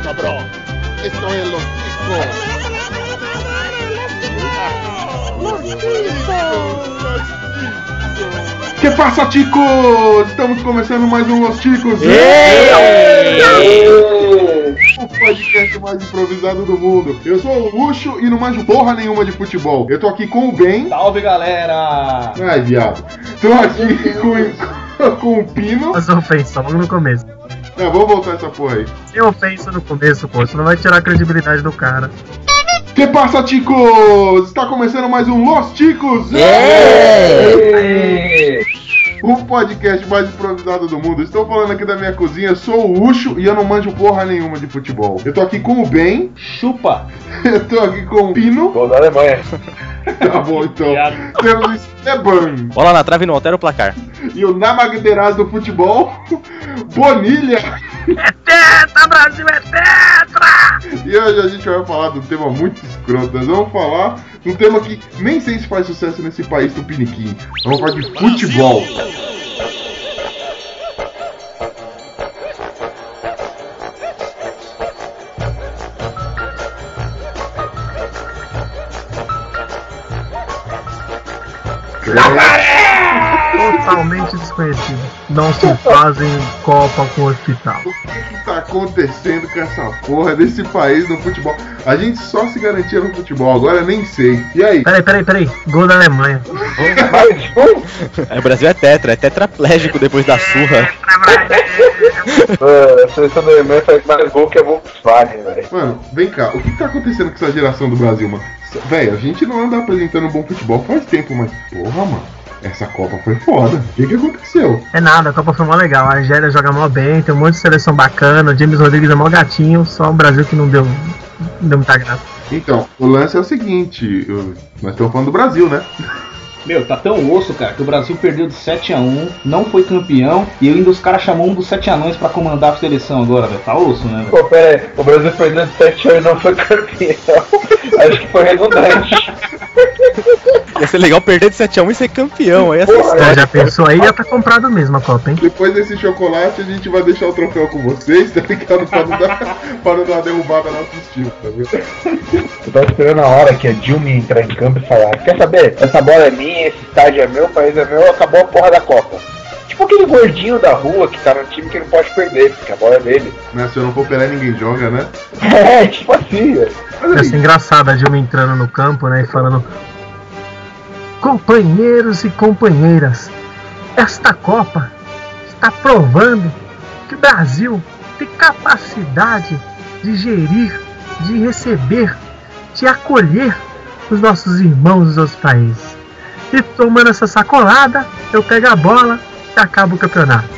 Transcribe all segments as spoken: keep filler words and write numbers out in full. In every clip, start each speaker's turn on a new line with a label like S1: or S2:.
S1: cabrón. Esto es Los Ticos. Los Ticos.
S2: Que passa, ticos? Estamos começando mais um Los Ticos. O podcast mais improvisado do mundo. Eu sou o Luxo e não manjo porra nenhuma de futebol. Eu tô aqui com o Ben.
S3: Salve, galera!
S2: Ai, viado. Tô aqui com, com o Pino.
S4: Mas ofensa, logo no começo.
S2: Não, vamos voltar essa porra aí.
S4: Sem ofensa no começo, pô. Você não vai tirar a credibilidade do cara.
S2: Que passa, ticos? Está começando mais um Los Ticos. O podcast mais improvisado do mundo. Estou falando aqui da minha cozinha, sou o Ucho e eu não manjo porra nenhuma de futebol. Eu tô aqui com o Ben.
S3: Chupa!
S2: Eu tô aqui com o Pino.
S5: Gol da Alemanha.
S2: Tá bom, então. Temos o Esteban.
S6: Bola na trave e não altera o placar.
S2: E o Namagderaz do futebol, Bonilha.
S4: É tetra, Brasil, é tetra!
S2: E hoje a gente vai falar de um tema muito escroto. Nós vamos falar de um tema que nem sei se faz sucesso nesse país do Piniquim. Vamos falar de futebol.
S4: Totalmente desconhecido. Não se fazem Copa com o hospital.
S2: O que que tá acontecendo com essa porra desse país no futebol? A gente só se garantia no futebol, agora nem sei. E aí?
S4: Peraí, peraí, peraí. Gol da Alemanha.
S6: É, o Brasil é tetra, é tetraplégico depois da surra.
S5: A seleção da Alemanha faz mais gol que a Volkswagen, velho.
S2: Mano, vem cá, o que que tá acontecendo com essa geração do Brasil, mano? Véi, a gente não anda apresentando um bom futebol faz tempo, mas porra, mano, essa Copa foi foda. O que que aconteceu?
S4: É nada, a Copa foi mó legal. A Argélia joga mó bem, tem um monte de seleção bacana. O James Rodrigues é mó gatinho, só o Brasil que não deu, não deu muita graça.
S2: Então, o lance é o seguinte, eu, nós estamos falando do Brasil, né?
S3: Meu, tá tão osso, cara, que o Brasil perdeu de sete a um, não foi campeão, e ainda os caras chamam um dos sete anões pra comandar a seleção agora, velho. Tá osso, né, velho?
S5: Pô, pera aí, o Brasil perdeu de sete a um e não foi campeão. Acho que foi redundante.
S6: Ia ser legal perder de sete a um e ser campeão. Aí essa
S5: Porra,
S6: história.
S4: É, já pensou aí, já tá comprado mesmo a Copa, hein?
S2: Depois desse chocolate, a gente vai deixar o troféu com vocês, tá ligado? Pra não dar, pra não dar uma derrubada no nosso estilo, tá vendo?
S5: Eu tava esperando a hora que a Dilma ia entrar em campo e falar: quer saber? Essa bola é minha, esse estádio é meu, o país é meu, acabou a porra da Copa. Tipo aquele gordinho da rua que tá no time que não pode perder, porque a bola é dele.
S2: Né? Se eu não for operar, ninguém joga, né?
S5: É, tipo assim, velho.
S2: Mas
S4: Ia
S2: aí,
S4: ser engraçado a Dilma entrando no campo, né, e falando: companheiros e companheiras, esta Copa está provando que o Brasil tem capacidade de gerir, de receber, de acolher os nossos irmãos dos outros países. E tomando essa sacolada, eu pego a bola e acabo o campeonato.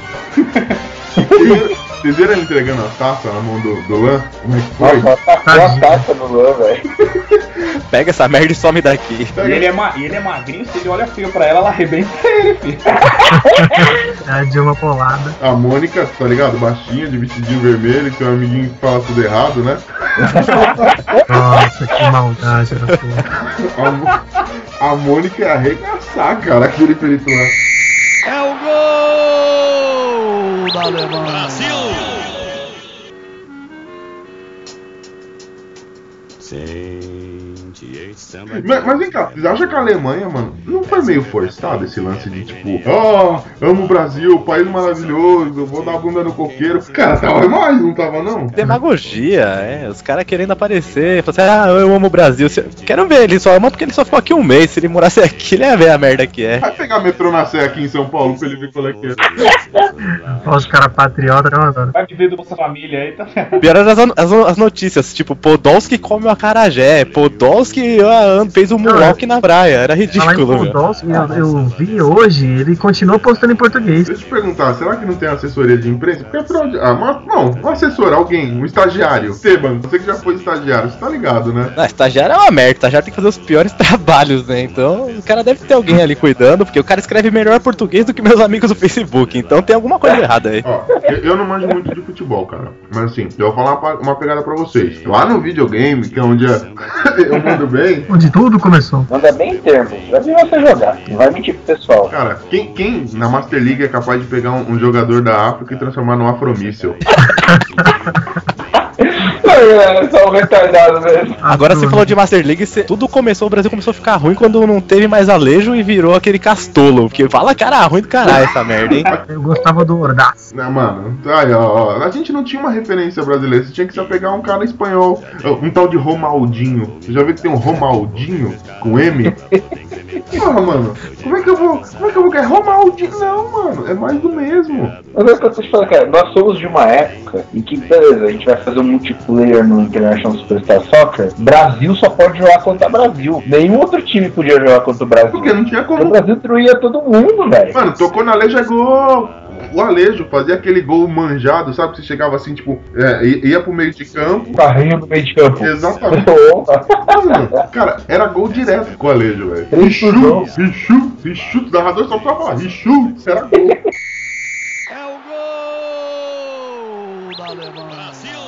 S2: vocês viram ele entregando a taça na mão do, do Lan? Como é que foi?
S5: Nossa, atacou a taça no Luan, velho.
S6: Pega essa merda e some daqui.
S3: E ele é, ma- ele é magrinho, se ele olha feio pra ela, ela arrebenta ele, filho.
S4: É a Dilma polada.
S2: A Mônica, tá ligado? Baixinha, de vestidinho vermelho, que é um amiguinho que fala tudo errado, né?
S4: Nossa, que maldade da porra.
S2: A, Mo- a Mônica ia arregaçar, cara, aquele perito lá.
S1: É o gol da Alemanha. Brasil.
S2: Mas, mas vem cá, vocês acham que a Alemanha, mano, não foi meio forçado esse lance de tipo, ó, oh, amo o Brasil, país maravilhoso, vou dar a bunda no coqueiro. Cara, tava mais, não tava não?
S6: Demagogia, é. Os caras querendo aparecer. Falar assim, ah, eu amo o Brasil. Quero ver, ele só ama porque ele só ficou aqui um mês. Se ele morasse aqui, ele ia ver a merda que é.
S2: Vai pegar metrô na Sé aqui em São Paulo pra ele ver qual é que é.
S4: Olha os caras patriotas, não adoro.
S3: Vai viver do Bolsa Família aí, tá vendo?
S6: Pior era as, as, as notícias, tipo, Podolski come o acarajé, Podolski ah, fez um moonwalk na praia, era
S4: Falar em
S6: ridículo, meu.
S4: Podolski, eu, eu vi hoje, ele continua postando em português.
S2: Deixa eu te perguntar, será que não tem assessoria de imprensa? Porque afinal de... Ah, mas, não, um assessor, alguém, um estagiário. Esteban, você que já foi estagiário, você tá ligado, né?
S6: Ah, estagiário é uma merda, estagiário tem que fazer os piores trabalhos, né? Então, o cara deve ter alguém ali cuidando, porque o cara escreve melhor português do que meus amigos do Facebook, então tem alguma coisa errada aí.
S2: Ó, eu, eu não manjo muito de futebol, cara. Mas assim, eu vou falar uma, uma pegada pra vocês. Lá no videogame, que é onde é- eu mando bem,
S4: Onde tudo começou.
S5: Manda bem em termos. Vai ver você jogar. Não vai mentir pro pessoal.
S2: cara, quem, quem na Master League é capaz de pegar um, um jogador da África e transformar num afromíssel?
S5: É, só um retardado mesmo.
S6: Agora você falou de Master League, cê- tudo começou, o Brasil começou a ficar ruim quando não teve mais Alejo e virou aquele Castolo. Porque fala, cara, ruim do caralho essa merda, hein?
S4: Eu gostava do Ordaz.
S2: Né, mano? Aí, ó, ó, a gente não tinha uma referência brasileira, você tinha que só pegar um cara espanhol, um tal de Romaldinho. Você já viu que tem um Romaldinho com M? Porra, mano, como é que eu vou. Como é que eu vou ganhar Romaldinho? Não, mano, é mais do mesmo.
S5: Mas é o que eu tô te falando, cara, nós somos de uma época em que, beleza, a gente vai fazer um multiplayer no International Superstar Soccer, Brasil só pode jogar contra Brasil. Nenhum outro time podia jogar contra o Brasil.
S2: Porque não tinha
S5: O
S2: como.
S5: Brasil destruía todo mundo, velho.
S2: Mano, tocou na Alejo é gol. O Alejo fazia aquele gol manjado, sabe? Que você chegava assim, tipo, é, ia pro meio de campo.
S5: Carrinho no meio de campo.
S2: Exatamente.
S5: Opa.
S2: Mano, cara, era gol direto com o Alejo, velho.
S5: Ele
S2: Richu,
S5: estudou.
S2: Richu, Richu, o narrador só pra falar, Richu, era gol.
S1: É o gol da Alemanha. Brasil.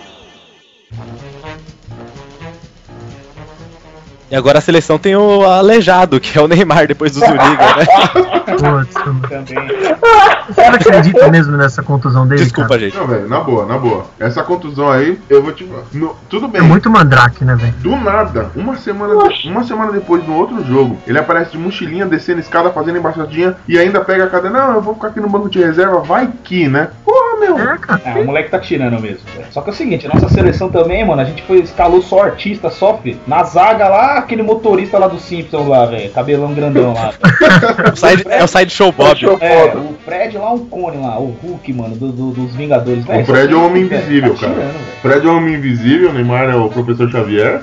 S6: E agora a seleção tem o aleijado, que é o Neymar depois do Zuriga, né?
S4: Putz, mano.
S3: Também.
S4: Você acredita mesmo nessa contusão dele,
S6: Desculpa,
S4: cara?
S6: gente.
S2: Não, velho, na boa, na boa. Essa contusão aí, eu vou te. No, tudo bem.
S4: É muito mandrake, né, velho?
S2: Do nada, uma semana, de- uma semana depois, no outro jogo, ele aparece de mochilinha, descendo a escada, fazendo embaixadinha e ainda pega a cadeira. Não, eu vou ficar aqui no banco de reserva, vai que, né? Porra, meu.
S4: É, cara.
S3: Ah, o moleque tá tirando mesmo. velho. Só que é o seguinte, nossa seleção também, mano, a gente foi, escalou só artista, só, filho. Na zaga lá, aquele motorista lá do Simpsons lá, velho. Cabelão grandão lá.
S6: O side- é o Sideshow Bob.
S5: Show
S3: É,
S5: foda.
S3: o Fred lá, um cone lá, o Hulk, mano, do, do- dos Vingadores.
S2: O Fred é o homem
S3: velho,
S2: invisível,
S3: tá
S2: cara.
S3: tirando, velho.
S2: Fred é o homem invisível, o Neymar é o professor Xavier.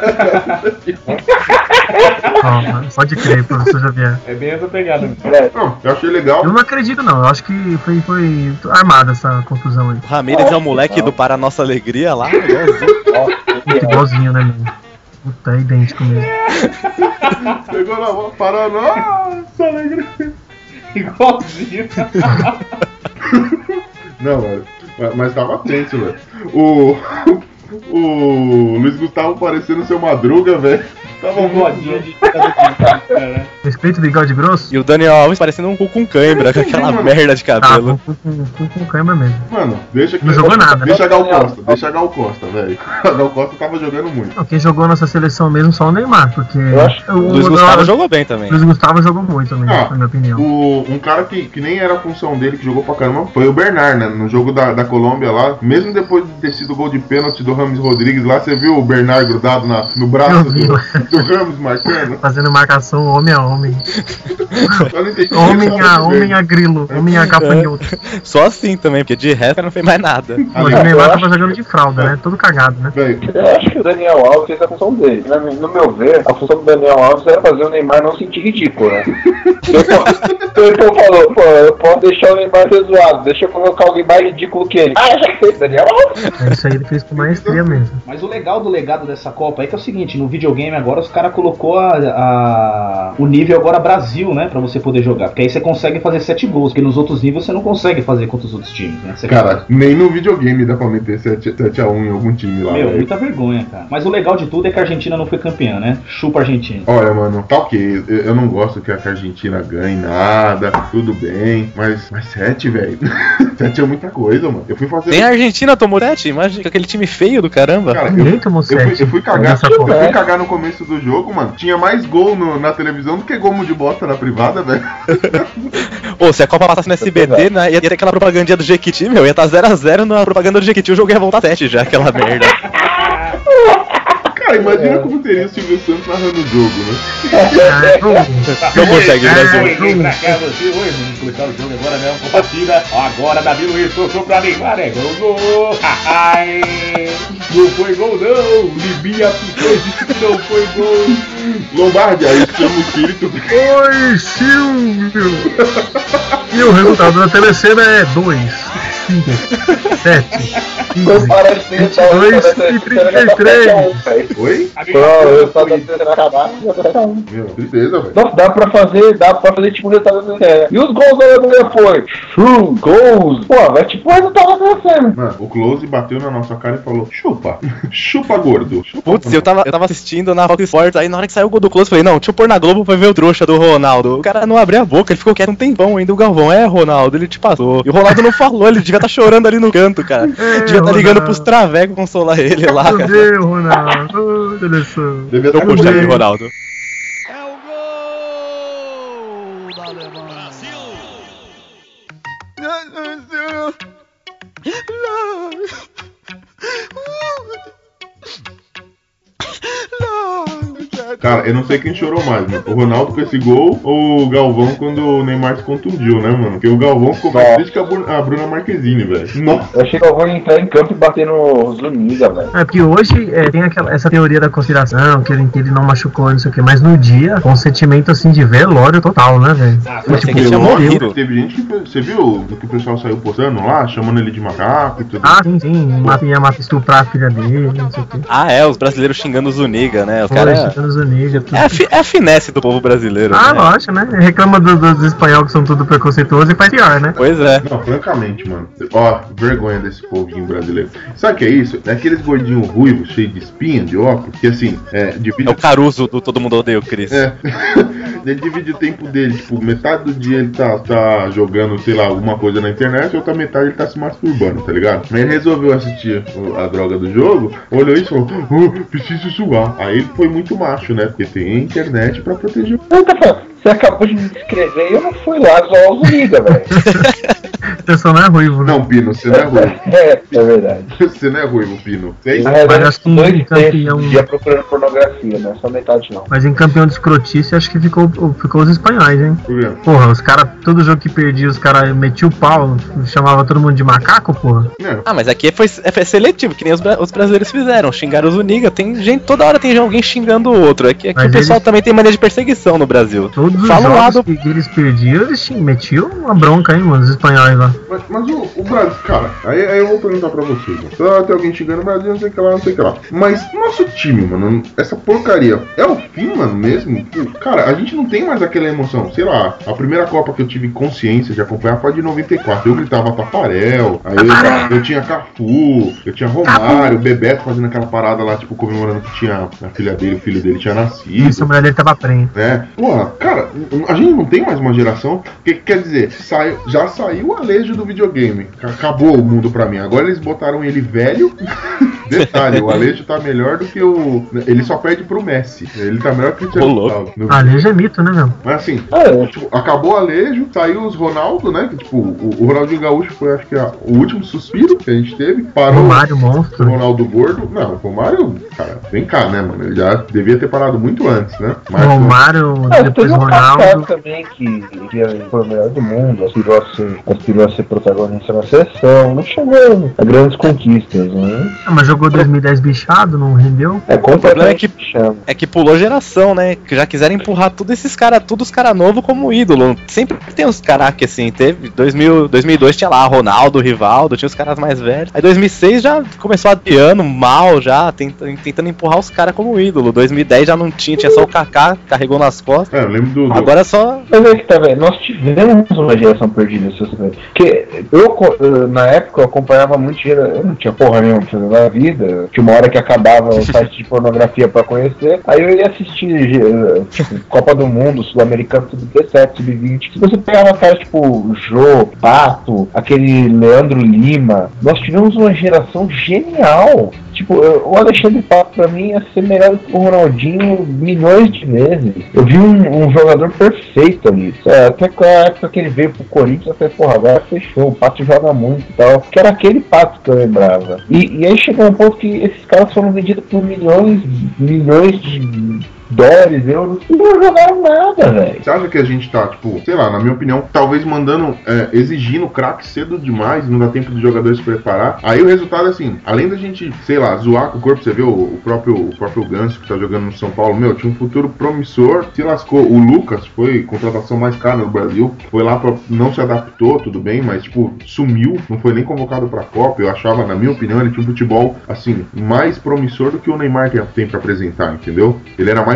S4: Ó, mano, pode crer, professor Xavier.
S3: É bem essa pegada. velho.
S5: É,
S2: Não, eu achei legal.
S4: Eu não acredito, não. Eu acho que foi, foi armada essa confusão aí.
S6: O Ramírez é o moleque do Para Nossa Alegria lá, igualzinho.
S4: Muito igualzinho, né, mano? Puta, é idêntico mesmo.
S2: Pegou na mão, parou, nossa, alegria.
S3: Igualzinho.
S2: Não, velho. Mas- Mas tava tenso, velho. O. O Luiz Gustavo parecendo seu Madruga, velho. Tava
S3: Um
S2: muito.
S3: godinho de cara, né?
S4: Respeito o bigode grosso?
S6: E o Daniel Alves parecendo um cu com cãibra, com aquela merda de
S4: Tá,
S6: cabelo.
S4: com, com, com, com câmera mesmo.
S2: Mano, deixa que.
S4: Não jogou nada,
S2: Deixa a Gal Costa, deixa a Gal Costa, velho. A Gal Costa tava jogando muito.
S4: Não, quem jogou nossa seleção mesmo só o Neymar, porque
S5: Eu acho que
S4: o
S6: O Luiz
S4: o-
S6: Gustavo
S4: o-
S6: jogou bem também.
S4: Luiz Gustavo jogou muito também,
S2: Ah,
S4: na minha opinião.
S2: O, um cara que, que nem era a função dele, que jogou pra caramba, foi o Bernard, né? No jogo da, da Colômbia lá. Mesmo depois de ter sido o gol de pênalti do Rames Rodrigues lá, você viu o Bernard grudado na, no braço
S4: Eu vi,
S2: do,
S4: lá.
S2: do Rames marcando?
S4: Fazendo marcação homem a homem.
S2: Eu não entendi
S4: Homem
S2: nada
S4: a,
S2: de
S4: homem
S2: verde.
S4: a grilo. Homem a gafanhoto.
S6: Só assim também, porque de resto o cara não fez mais nada.
S4: Mas o Neymar tava jogando de fralda, né? Todo cagado, né?
S2: Velho,
S5: eu acho que o Daniel Alves fez a função dele. Na- No meu ver, a função do Daniel Alves era fazer o Neymar não sentir ridículo, né? Então ele falou, pô, eu posso deixar o Neymar ser zoado, deixa eu colocar alguém mais ridículo que ele. Ah, já que fez Daniel Alves.
S4: É isso aí, ele fez com maestria mesmo.
S3: Mas o legal do legado dessa Copa aí que é o seguinte, no videogame agora os caras colocou a, a- o nível agora Brasil, né, pra você poder jogar. Porque aí você consegue fazer sete gols, porque nos outros níveis você não consegue fazer contra os outros times, né? Você
S2: cara, nem no videogame dá pra meter sete a um em algum time lá,
S3: Meu,
S2: velho.
S3: muita vergonha, cara. Mas o legal de tudo é que a Argentina não foi campeã, né? Chupa a Argentina.
S2: Olha, mano, tá ok. Eu eu não gosto que a Argentina ganhe nada, tudo bem. Mas, mas sete, velho. Sete é muita coisa, mano. Eu fui fazer.
S6: Nem a Argentina tomou sete, imagina, com aquele time feio do caramba.
S2: Cara,
S4: Ninguém
S2: eu,
S4: tomou
S2: eu, fui,
S4: sete
S2: eu fui cagar.
S4: nessa
S2: Eu
S4: Copa.
S2: fui cagar no começo do jogo, mano. Tinha mais gol no- na televisão do que gol de bosta na privada, velho.
S6: Pô, se a Copa passasse no S B T, né, ia ter aquela propagandinha do Jequiti, meu, ia estar zero a zero na propaganda do Jequiti, o jogo ia voltar sete já, aquela merda.
S2: Cara, imagina como teria o Silvio Santos narrando o jogo, né?
S4: É, pô,
S6: Não consegue,
S4: É,
S6: Brasil.
S3: Oi, vem pra cá, você. Oi, vamos começar o jogo agora mesmo com partida. Agora Davi Luiz tocou pra Neymar, é gol, gol. Ai, não foi gol não. Libinha ficou e disse que não foi gol.
S2: Lombardi, aí chama o espírito.
S4: Oi, Silvio! E o resultado da telecena é dois, cinco, sete,
S5: Quando
S4: quinze,
S5: parar de ter
S4: vinte e dois e trinta e três.
S2: Oi?
S5: Pô, eu só tô tentando acabar.
S2: Meu, tristeza, velho.
S5: Não, dá pra fazer, dá pra fazer tipo o resultado da série. E os gols da Alemanha foi? True gols. Pô, vai tipo o resultado da série.
S2: Mano, o Close bateu na nossa cara e falou: chupa, chupa gordo. Chupa,
S6: Putz, eu tava, eu tava assistindo na Fox Sports, aí na hora que saiu o gol do Close, eu falei, não, deixa eu pôr na Globo pra ver o trouxa do Ronaldo. O cara não abriu a boca, ele ficou quieto um tempão ainda, o Galvão, é, Ronaldo, ele te passou. E o Ronaldo não falou, ele devia devia estar chorando ali no canto, cara.
S4: É,
S6: devia estar ligando
S4: Ronaldo.
S6: pros travecos consolar ele lá,
S4: Meu
S6: cara.
S4: Deus, Ronaldo. Ô, seleção.
S2: Devia
S6: Tô
S2: estar
S6: com
S2: com
S6: chefe, Ronaldo.
S1: É o gol da Alemanha. Brasil.
S2: Cara, eu não sei quem chorou mais, mano. O Ronaldo com esse gol ou o Galvão quando o Neymar se contundiu, né, mano? Porque o Galvão ficou mais triste que a Bru- a Bruna Marquezine, velho. Nossa.
S5: Eu achei que eu vou entrar em campo e bater no Zuniga, velho.
S4: É porque hoje é, tem aquela, essa teoria da conspiração, que ele, que ele não machucou, não sei o que, mas no dia, com um sentimento assim de velório total, né, velho?
S6: Mas
S4: tipo,
S6: tem que tinha
S2: Velório,
S6: morrido.
S2: teve gente que. Você viu o que o pessoal saiu postando lá, chamando ele de macaco e tudo?
S4: Ah, sim, sim, mata, ia matar, estuprar a filha dele, não sei o que.
S6: Ah, é, os brasileiros xingando o Zuniga, né? Os
S4: Pô,
S6: caras.
S4: chegando os Unidos, tudo.
S6: É a, fi- é a finesse do povo brasileiro,
S4: Ah,
S6: né?
S4: lógico, né? Reclama do- dos espanhóis que são tudo preconceituosos e faz pior, né?
S6: Pois é.
S2: Não, francamente, mano. Ó, vergonha desse povinho brasileiro. Sabe o que é isso? É aqueles gordinhos ruivos, cheios de espinha, de óculos, que assim, é, divide.
S6: É o Caruso do Todo Mundo Odeia o Chris.
S2: É. Ele divide o tempo dele, tipo, metade do dia ele tá, tá jogando, sei lá, alguma coisa na internet, e outra metade ele tá se masturbando, tá ligado? Aí ele resolveu assistir o- a droga do jogo, olhou isso e falou, oh, preciso suar. Aí ele foi muito macho, né? Porque tem a internet pra proteger o.
S5: Eu tô falando, você acabou de me descrever e eu não fui lá zoar o Zuniga, velho.
S4: Você só não é ruivo, né?
S2: Não, Pino, você não é ruivo.
S5: É, é verdade.
S2: Você não é ruivo, Pino. Você é
S5: Na
S2: isso?
S5: verdade,
S4: Mas acho que
S5: dois
S4: em
S5: terços
S4: campeão-
S5: do dia procurando pornografia, não é só metade não.
S4: Mas em campeão de escrotice, acho que ficou, ficou os espanhóis, hein?
S2: Por exemplo.
S4: Porra, os caras, todo jogo que perdia, os caras metiam o pau, chamava todo mundo de macaco, porra.
S2: É,
S6: Ah, mas aqui foi, é, foi seletivo, que nem os, bra- os brasileiros fizeram. Xingaram o Zuniga. Tem gente, toda hora tem alguém xingando o outro. Aqui, aqui
S4: Mas
S6: o pessoal
S4: eles-
S6: também tem mania de perseguição no Brasil.
S4: Todos os
S6: Fala um
S4: jogos
S6: lado.
S4: que eles perdiam, eles tinham- metiam uma bronca, hein, mano, os espanhóis lá.
S2: Mas, mas o, o Brasil, cara, aí, aí eu vou perguntar pra vocês, mano. Ah, tem alguém xingando o Brasil, não sei o que lá, não sei o que lá. Mas nosso time, mano, essa porcaria, é o fim, mano, mesmo? Pô, cara, a gente não tem mais aquela emoção. Sei lá, a primeira Copa que eu tive consciência de acompanhar foi a de noventa e quatro. Eu gritava Tafarel, aí eu, eu tinha Cafu, eu tinha Romário, o Bebeto fazendo aquela parada lá, tipo, comemorando que tinha a filha dele, o filho dele tinha nascido.
S4: Isso, a mulher dele tava prenha.
S2: né? Porra, cara, a gente não tem mais uma geração que quer dizer, sai, já saiu o Alejo do videogame. Acabou o mundo pra mim. Agora eles botaram ele velho. Detalhe, o Alejo tá melhor do que o. Ele só perde pro Messi. Ele tá melhor que o Cristiano
S6: Ô, louco.
S2: Ronaldo. no-
S4: Alejo é mito, né, meu?
S2: Mas assim,
S5: É,
S2: tipo, acabou o Alejo, saiu os Ronaldo, né? Que tipo, o, o Ronaldinho Gaúcho foi acho que a- o último suspiro que a gente teve. Parou
S4: Romário,
S2: o
S4: monstro.
S2: Ronaldo Gordo. Não, o Romário, cara, vem cá, né, mano? Ele já devia ter parado muito antes, né? Mas
S4: Romário,
S5: mas
S4: depois
S5: teve um Kaká
S4: Ronaldo.
S5: também que que foi o melhor do mundo, aspirou a ser, aspirou a ser protagonista na seleção, não chegou a grandes conquistas, né?
S4: Ah, mas jogou dois mil e dez bichado, não rendeu?
S5: É
S6: problema é que-
S5: completamente chama.
S6: É que pulou geração, né? Que já quiseram empurrar todos esses caras, todos os caras novos como ídolo. Sempre tem uns caras que assim, teve. dois mil, dois mil e dois tinha lá Ronaldo, Rivaldo, tinha os caras mais velhos. Aí dois mil e seis já começou Adriano, mal já, tentando, tentando empurrar os caras como ídolo. dois mil e dez já não tinha, tinha só o Kaká, carregou nas costas.
S2: é, eu lembro do. do-
S6: Agora é só.
S5: Mas é que tá vendo, nós tivemos uma geração perdida, se você ver. Porque eu, co- eh, na época, eu acompanhava muito, gera- eu não tinha porra nenhuma pra fazer na vida, tinha uma hora que acabava o site de pornografia pra conhecer, aí eu ia assistir eh, tipo, Copa do Mundo, Sul-Americano, sub dezessete, sub vinte. Se você pegava caras tipo Jô, Pato, aquele Leandro Lima, nós tivemos uma geração genial. Tipo, eu- o Alexandre Pato pra mim ia ser melhor do que o Ronaldinho milhões de vezes. Eu vi um, um jogador perfeito ali. É, até com a época que ele veio pro Corinthians, eu falei, porra, agora fechou, o Pato joga muito e tal. Que era aquele Pato que eu lembrava. E, e aí chegou um ponto que esses caras foram vendidos por milhões, milhões de dólares, euros, e não jogaram nada, velho.
S2: Você acha que a gente tá, tipo, sei lá, na minha opinião, talvez mandando, é, exigindo craque cedo demais, não dá tempo dos jogadores se preparar. Aí o resultado é assim, além da gente, sei lá, zoar com o corpo, você vê o, o próprio o próprio Ganso que tá jogando no São Paulo, meu, tinha um futuro promissor, se lascou. O Lucas foi contratação mais cara no Brasil, foi lá pra, não se adaptou, tudo bem, mas tipo, sumiu, não foi nem convocado pra Copa. Eu achava, na minha opinião, ele tinha um futebol, assim, mais promissor do que o Neymar tem, tem pra apresentar, entendeu? Ele era mais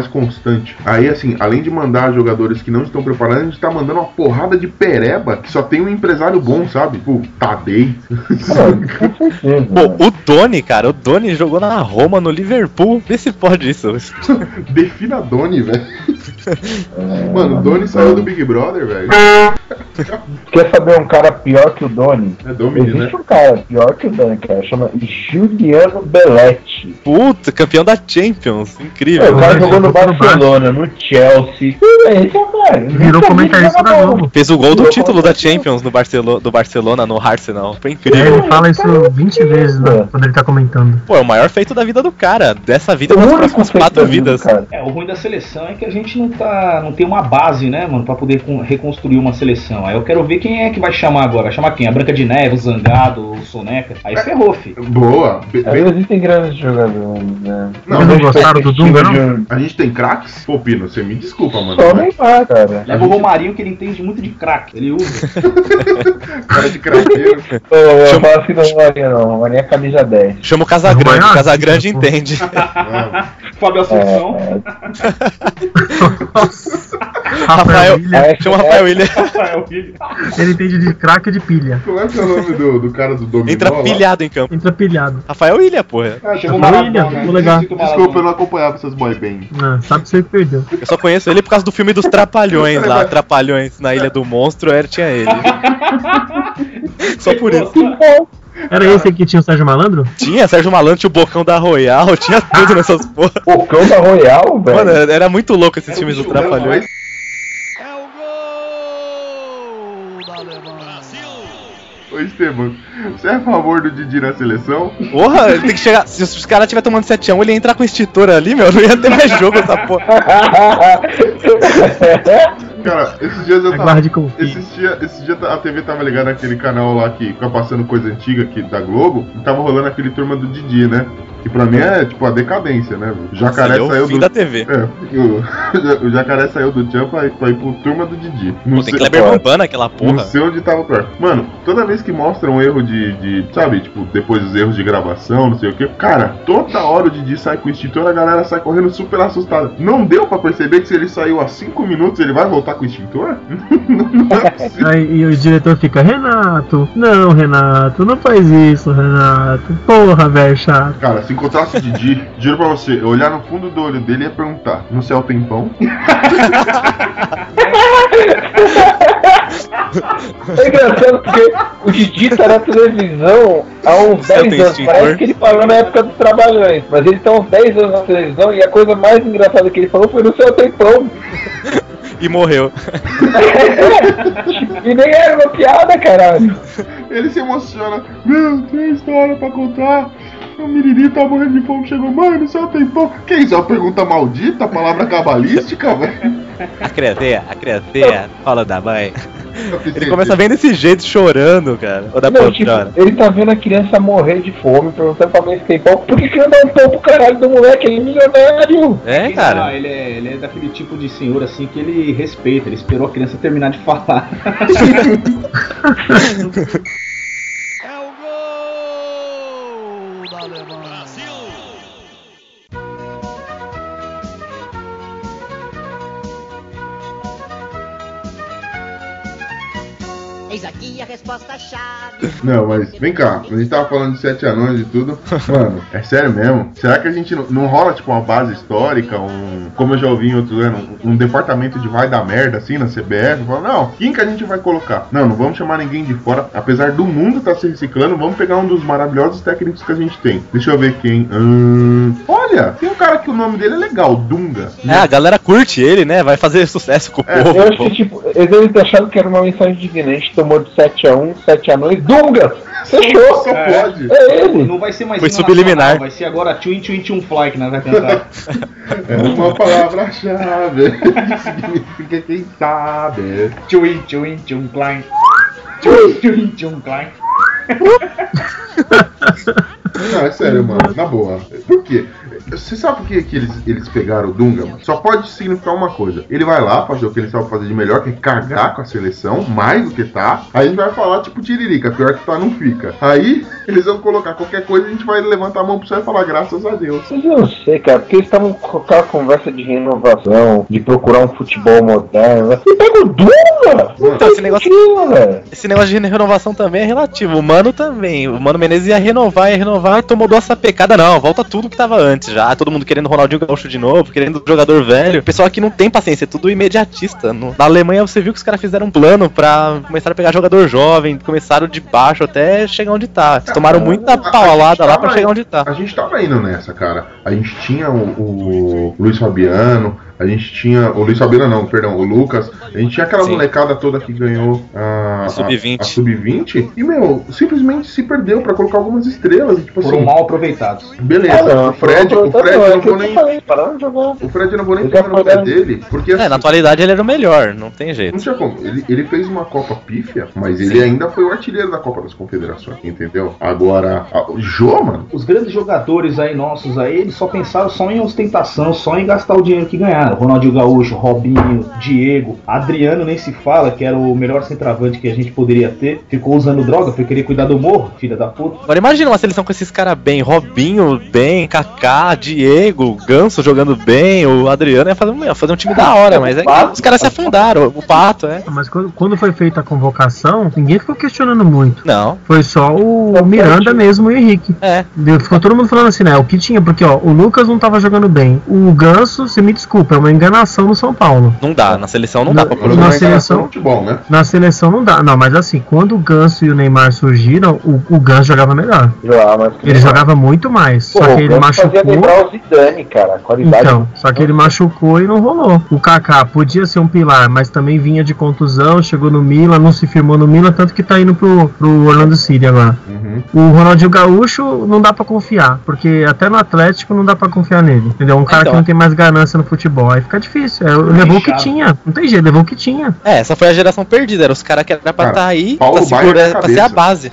S2: constante. Aí, assim, além de mandar jogadores que não estão preparados, a gente tá mandando uma porrada de pereba que só tem um empresário bom, sabe? Tipo, Tadei.
S6: Pô, o Doni, cara, o Doni jogou na Roma, no Liverpool. Vê se pode isso.
S2: Defina Doni, velho. Mano, o Doni saiu do Big Brother, velho.
S5: Quer saber um cara pior que o Doni?
S2: É Domini,
S5: Existe
S2: né?
S5: um cara pior que o Doni, cara. Chama Juliano Belletti.
S6: Puta, campeão da Champions.
S5: É,
S6: Incrível.
S5: o cara
S4: Ele
S5: jogou no
S4: jogou no
S5: Barcelona, no Chelsea. Esse é o cara.
S4: Virou comentarista da Globo.
S6: Fez o gol do
S5: Virou
S6: título da
S5: comentarista.
S6: Champions no Barcelo- do Barcelona, no Arsenal. Foi
S4: É,
S6: incrível.
S4: ele fala isso vinte vezes, né, quando ele tá comentando.
S6: Pô, é o maior feito da vida do cara. Dessa vida,
S5: O
S6: das
S5: único
S6: próximas
S5: feito
S6: quatro
S5: da vida do
S6: vidas.
S5: cara.
S3: É, o ruim da seleção é que a gente não tá. Não tem uma base, né, mano, pra poder con- reconstruir uma seleção. Aí eu quero ver quem é que vai chamar agora. Vai chamar quem? A Branca de Neve, o Zangado, o Soneca? Aí ferrou, fi.
S2: Boa. Be-
S5: Aí
S2: bem-
S5: existem grandes jogadores, né?
S2: Não,
S4: Vocês não
S5: vejo
S4: gostaram do Dunga, não?
S5: perspectiva de-
S2: A gente tem craques? Pô, Pino, você me desculpa, mano.
S5: Só
S2: mas
S5: Neymar, cara.
S3: Leva o Romarinho que ele entende muito de crack. Ele usa.
S2: cara de craqueiro.
S5: Ô, eu
S6: Chama-
S5: falo assim do Romarinho, não. Romarinho é camisa dez.
S6: Chama o Casagrande.
S4: Não é
S6: O Casagrande
S4: assim, pô.
S6: entende.
S2: Não.
S3: Fábio Assunção.
S4: Nossa.
S6: Rafael,
S4: Rafael William,
S5: É,
S6: chama o Rafael William.
S3: Rafael William.
S4: ele entende de craque e de pilha.
S2: Como é que é o nome do, do cara do Dominó?
S6: Entra
S2: lá?
S6: pilhado em campo.
S4: Entra pilhado.
S6: Rafael William, porra.
S2: Ah,
S3: Chama o
S2: chama-
S4: William,
S3: Maradona.
S4: vou legal.
S3: Cito o
S2: Desculpa, eu
S3: Maradona.
S2: não acompanhava essas boy band.
S4: Ah, sabe você que perdeu.
S6: Eu só conheço ele por causa do filme dos Trapalhões lá. Trapalhões na Ilha do Monstro, era, tinha ele. Só por isso.
S4: Era esse aqui que tinha o Sérgio Malandro?
S6: Tinha Sérgio Malandro, tinha o Bocão da Royal, tinha tudo nessas porra.
S5: O cão da Royal, velho.
S6: Mano, era era muito louco esses
S3: Era
S6: filmes
S3: o
S6: dos
S3: bicho, era
S6: Trapalhões.
S1: É o gol da Alemanha. Brasil.
S2: Ô, Esteban, você é a favor do Didi na seleção?
S6: Porra, ele tem que chegar. Se os caras estiver tomando sete a um, ele ia entrar com o extintor ali, meu. Não ia ter mais jogo essa porra.
S2: Cara, esses dias eu tava.
S4: Aguarde com o fim.
S2: Esses dias esse dia a T V tava ligada naquele canal lá que fica passando coisa antiga aqui da Globo e tava rolando aquele Turma do Didi, né? Que pra mim é tipo a decadência, né? O Jacaré
S6: Ele é o
S2: saiu
S6: fim
S2: do.
S6: da T V.
S2: É, o, o Jacaré saiu do Tchan pra, pra ir pro Turma do Didi. Não
S6: Pô, tem
S2: sei-
S6: Kleber Bambam naquela
S2: Não
S6: porra.
S2: sei onde tava pior. Mano, toda vez que mostra um erro de, de. Sabe, tipo, depois dos erros de gravação, não sei o que. Cara, toda hora o Didi sai com o extintor, a galera sai correndo super assustada. Não deu pra perceber que se ele saiu há cinco minutos, ele vai voltar com o extintor? Não é possível.
S4: Aí e o diretor fica, Renato, não, Renato, não faz isso, Renato. Porra, velho, chato.
S2: Cara, se encontrasse o Didi, juro pra você, eu olhar no fundo do olho dele e ia perguntar: no céu tem pão?
S5: É engraçado porque o Didi tá na televisão há uns
S6: Você
S5: dez
S6: tem
S5: anos.
S6: extintor?
S5: Parece que ele falou na época dos Trabalhões. Mas ele tá uns dez anos na televisão e a coisa mais engraçada que ele falou foi no céu tem pão.
S6: E morreu.
S5: E nem era uma piada, caralho.
S2: Ele se emociona: meu, tem história pra contar. O Miriri tá morrendo de fome, chegou, mãe, no céu tem pão. Que isso? É uma pergunta maldita? Palavra cabalística, velho?
S6: A criadeira, a criadeira, fala da mãe. Ele começa bem desse jeito, chorando, cara. Ou da
S5: Não, tipo,
S6: poltrona.
S5: ele tá vendo a criança morrer de fome, perguntando pra mãe se tem pão. Por que que não dá um pão pro caralho do moleque? Ele é milionário.
S6: É,
S3: Não,
S6: cara.
S3: ele é, ele é daquele tipo de senhor assim que ele respeita, ele esperou a criança terminar de falar.
S1: É o gol da Alemanha. Brasil.
S7: Eis aqui a resposta-chave.
S2: Não, mas vem cá, a gente tava falando de sete anões e tudo. Mano, é sério mesmo? Será que a gente não, não rola tipo uma base histórica, um. Como eu já ouvi em outros anos, um, um departamento de vai dar merda assim na C B F? Fala, não, quem que a gente vai colocar? Não, não vamos chamar ninguém de fora. Apesar do mundo estar se reciclando, vamos pegar um dos maravilhosos técnicos que a gente tem. Deixa eu ver quem. Hum, olha, tem um cara que o nome dele é legal, Dunga.
S6: É, a galera curte ele, né? Vai fazer sucesso com o
S2: É,
S6: povo.
S5: Eu acho que, tipo, eles acharam que era uma mensagem divina. A gente tomou de sete a um, sete anões. Dunga! Fechou!
S2: Só pode.
S5: É ele!
S3: Não vai ser mais
S6: Foi
S3: hino
S6: subliminar.
S3: nacional, vai ser agora Twin Twin Twin Fly que nós vai cantar.
S2: É uma palavra-chave que significa quem sabe.
S3: Twin Twin Twin Klein. Twin Twin Twin Klein.
S2: Não, é sério, mano. Na boa. Por quê? Você sabe por que, que eles, eles pegaram o Dunga? Só pode significar uma coisa. Ele vai lá fazer o que ele sabe fazer de melhor, que é cagar com a seleção, mais do que tá. Aí a gente vai falar, tipo, tiririca, pior que tá, não fica. Aí eles vão colocar qualquer coisa e a gente vai levantar a mão pro céu e falar graças a Deus.
S5: Mas eu não sei, cara, porque eles estavam com aquela conversa de renovação, de procurar um futebol moderno. E pega o Dunga! Não
S6: Então,
S5: tem
S6: esse negócio-
S5: sentido, velho.
S6: Esse negócio de renovação também é relativo. O Mano também. O Mano Menezes ia renovar, ia renovar e tomou duas sapecada. Não, volta tudo que tava antes já. Todo mundo querendo Ronaldinho Gaúcho de novo, querendo jogador velho. O pessoal aqui não tem paciência, é tudo imediatista. No- na Alemanha você viu que os caras fizeram um plano pra começar a pegar jogador jovem, começaram de baixo até chegar onde tá. Eles tomaram muita paulada lá pra chegar onde tá.
S2: A gente tava indo nessa, cara. A gente tinha o, o Luiz Fabiano, a gente tinha. O Luiz Fabiano não, perdão, o Lucas. A gente tinha aquela
S6: Sim.
S2: molecada toda que ganhou a, a
S6: sub vinte.
S2: A, a sub vinte. E, meu, simplesmente se perdeu pra colocar algumas estrelas. Tipo
S3: Foram
S2: assim,
S3: mal aproveitados.
S2: beleza.
S5: Ah, não,
S2: o Fred,
S5: foi
S2: o Fred
S5: não,
S2: eu
S5: é
S2: não
S5: que
S2: vou
S5: eu
S2: nem.
S5: falei, pararam de jogar.
S2: O Fred eu não vou nem
S5: Ele já
S2: pegar no
S5: foi
S2: pé
S5: dar-
S2: dele. Porque assim,
S6: É, na atualidade ele era o melhor, não tem
S2: não
S6: jeito.
S2: tinha como. Ele, ele fez uma Copa pífia, mas ele ainda foi o artilheiro da Copa das Confederações, entendeu? Agora, a- o Jô, mano.
S3: Os grandes jogadores aí nossos aí, eles só pensaram só em ostentação, só em gastar o dinheiro que ganharam. Ronaldinho Gaúcho, Robinho, Diego, Adriano nem se fala, que era o melhor centroavante que a gente poderia ter. Ficou usando droga, foi querer cuidar do morro, filha da puta.
S6: Agora imagina uma seleção com esses caras bem, Robinho bem, Kaká, Diego, Ganso jogando bem, o Adriano ia fazer um, ia fazer um time da hora, mas é que os caras se afundaram, o Pato, é.
S4: Mas quando, quando foi feita a convocação, ninguém ficou questionando muito.
S6: Não,
S4: Foi só o Miranda mesmo e o Henrique.
S6: é.
S4: Deu- Ficou todo mundo falando assim, né? O que tinha, porque ó, o Lucas não tava jogando bem. O Ganso, se me desculpa, é uma enganação no São Paulo.
S6: Não dá, na seleção não dá pra
S2: Mas
S6: pôr.
S4: Na
S2: não é
S4: seleção-
S2: enganação no futebol, né?
S4: Na seleção não dá. Não, mas assim, quando o Ganso e o Neymar surgiram, o, o Ganso jogava melhor.
S5: Jogar, mas que
S4: Ele
S5: não.
S4: jogava muito mais.
S5: Pô,
S4: Só que
S5: o
S4: ele
S5: Ganso fazia
S4: machucou.
S5: lembrar o Zidane, cara. A qualidade.
S4: Então, só que ele machucou e não rolou. O Kaká podia ser um pilar, mas também vinha de contusão, chegou no Milan, não se firmou no Milan, tanto que tá indo pro, pro Orlando City agora.
S2: Uhum.
S4: O Ronaldinho Gaúcho não dá pra confiar, porque até no Atlético não dá pra confiar nele, entendeu? Um cara
S6: Então.
S4: que não tem mais ganância no futebol, aí fica difícil. É, levou o que
S3: inchado.
S4: tinha, não tem jeito, levou o que tinha.
S6: É, essa foi a geração perdida, eram os caras que era pra
S2: Cara,
S6: estar aí,
S2: Paulo
S6: pra,
S2: Baier
S6: segurar,
S2: na
S6: pra ser a
S2: cabeça.
S6: base.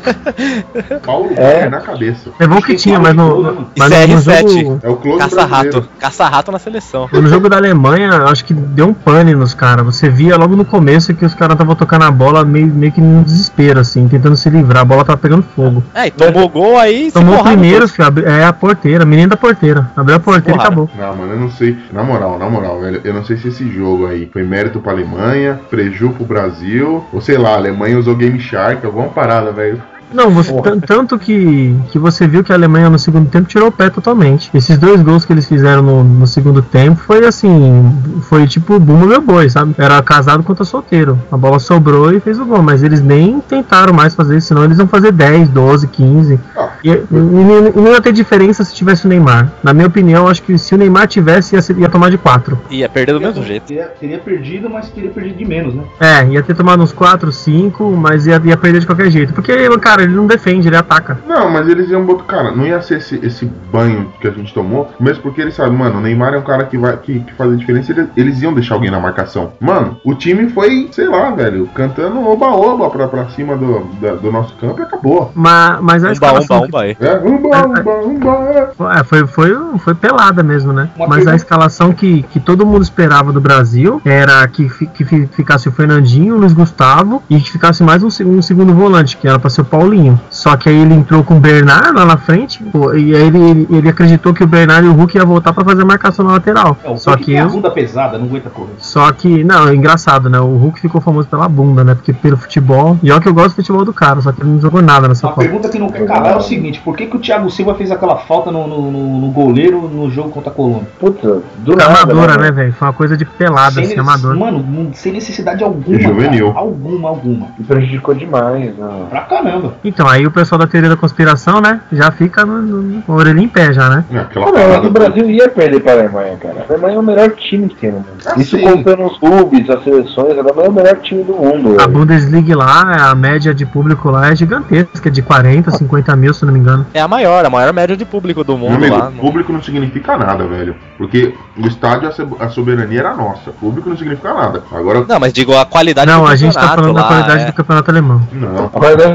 S2: Paulo
S5: É.
S2: Baier na cabeça.
S4: Levou o que tinha, mas no, no,
S6: E
S4: mas
S6: C R
S4: no
S6: sete.
S4: jogo...
S2: É o clone
S6: Caça-rato,
S2: brasileiro.
S6: caça-rato na seleção.
S4: No jogo da Alemanha, eu acho que deu um pane nos caras. Você via logo no começo que os caras estavam tocando a bola meio, meio que no desespero, assim, tentando se livrar. A bola tava pegando fogo.
S6: É, e tomou gol aí, se
S4: Tomou o
S6: porraram
S4: primeiro,
S6: todos.
S4: filho, abri- é a porteira, menino da porteira. Abriu a porteira e
S6: Porrada.
S4: acabou.
S2: Não, mano, eu não sei. Na moral, na moral, velho, eu não sei se esse jogo aí foi mérito pra Alemanha, preju pro Brasil, ou sei lá, a Alemanha usou Game Shark, alguma parada, velho.
S4: Não, você, tan- tanto que, que você viu que a Alemanha no segundo tempo tirou o pé totalmente. Esses dois gols que eles fizeram no, no segundo tempo foi assim, foi tipo bumba meu boi, sabe? Era casado contra solteiro. A bola sobrou e fez o gol, mas eles nem tentaram mais fazer isso, senão eles iam fazer dez, doze, quinze.
S2: Ah,
S4: E, e, e não ia ter diferença se tivesse o Neymar. Na minha opinião, acho que se o Neymar tivesse, ia, ser- ia tomar de quatro.
S6: Ia perder do mesmo jeito.
S3: Teria, teria perdido, mas teria perdido de menos, né?
S4: É, ia ter tomado uns quatro, cinco, mas ia, ia perder de qualquer jeito. Porque, cara, ele não defende, ele ataca.
S2: Não, mas eles iam botar. Cara, não ia ser esse, esse banho que a gente tomou, mesmo porque eles sabem, mano, o Neymar é um cara que vai que, que faz a diferença, eles, eles iam deixar alguém na marcação. Mano, o time foi, sei lá, velho, cantando oba-oba pra, pra cima do, da- do nosso campo e acabou.
S4: Mas, mas a
S6: Umba,
S4: escalação
S6: umba, umba aí.
S2: É, umba, umba, umba.
S4: É, foi, foi, foi pelada mesmo, né?
S3: Uma
S4: Mas a
S3: pergunta-
S4: escalação que, que todo mundo esperava do Brasil era que, fi- que fi- ficasse o Fernandinho, o Luiz Gustavo e que ficasse mais um, se- um segundo volante, que era pra ser o Paulinho. Só que aí ele entrou com o Bernard lá na frente, pô, e aí ele, ele, ele acreditou que o Bernard e o Hulk iam voltar pra fazer a marcação na lateral.
S3: É, o
S4: Só
S3: Hulk
S4: que
S3: tem a
S4: eu,
S3: bunda pesada, não aguenta correr.
S4: Só que, não, é engraçado, né? O Hulk ficou famoso pela bunda, né? Porque pelo futebol. E olha que eu gosto do futebol do cara, só que ele não jogou nada nessa
S3: Uma
S4: Copa.
S3: pergunta que não quer calar é o seguinte: por que, que o Thiago Silva fez aquela falta no, no, no- no goleiro no jogo contra a Colômbia?
S5: Puta, do nada.
S4: Amadora, né,
S5: né?
S4: velho? Foi uma coisa de pelada,
S3: Sem
S4: assim,
S3: necess-
S4: amadora.
S3: Mano, não- sem necessidade alguma.
S2: E juvenil.
S3: Cara. Alguma, alguma.
S5: Me prejudicou demais, né?
S3: Pra caramba.
S4: Então, aí o pessoal da teoria da conspiração, né? Já fica no, no, com a orelha em pé, já, né?
S2: É, aquela
S5: Pô, não, é que
S2: parada
S5: o Brasil ia perder pra Alemanha, cara. A Alemanha é o melhor time que tem no mundo.
S2: Ah,
S5: Isso
S2: sim.
S5: contando os clubes, as seleções, a Alemanha é o melhor time do mundo.
S4: A
S5: velho.
S4: Bundesliga lá, a média de público lá é gigantesca, de quarenta, cinquenta mil, se não me engano.
S6: É a maior, a maior média de público do
S2: Meu
S6: mundo
S2: amigo,
S6: lá. no-
S2: público não significa nada, velho. Porque no estádio a so- a soberania era nossa. Público não significa nada. Agora,
S6: Não, mas digo a qualidade
S4: Não,
S6: do
S4: a gente tá
S6: campeonato
S4: falando da
S6: lá,
S4: qualidade
S6: é.
S4: do campeonato alemão.
S2: não.
S5: A qualidade do campeonato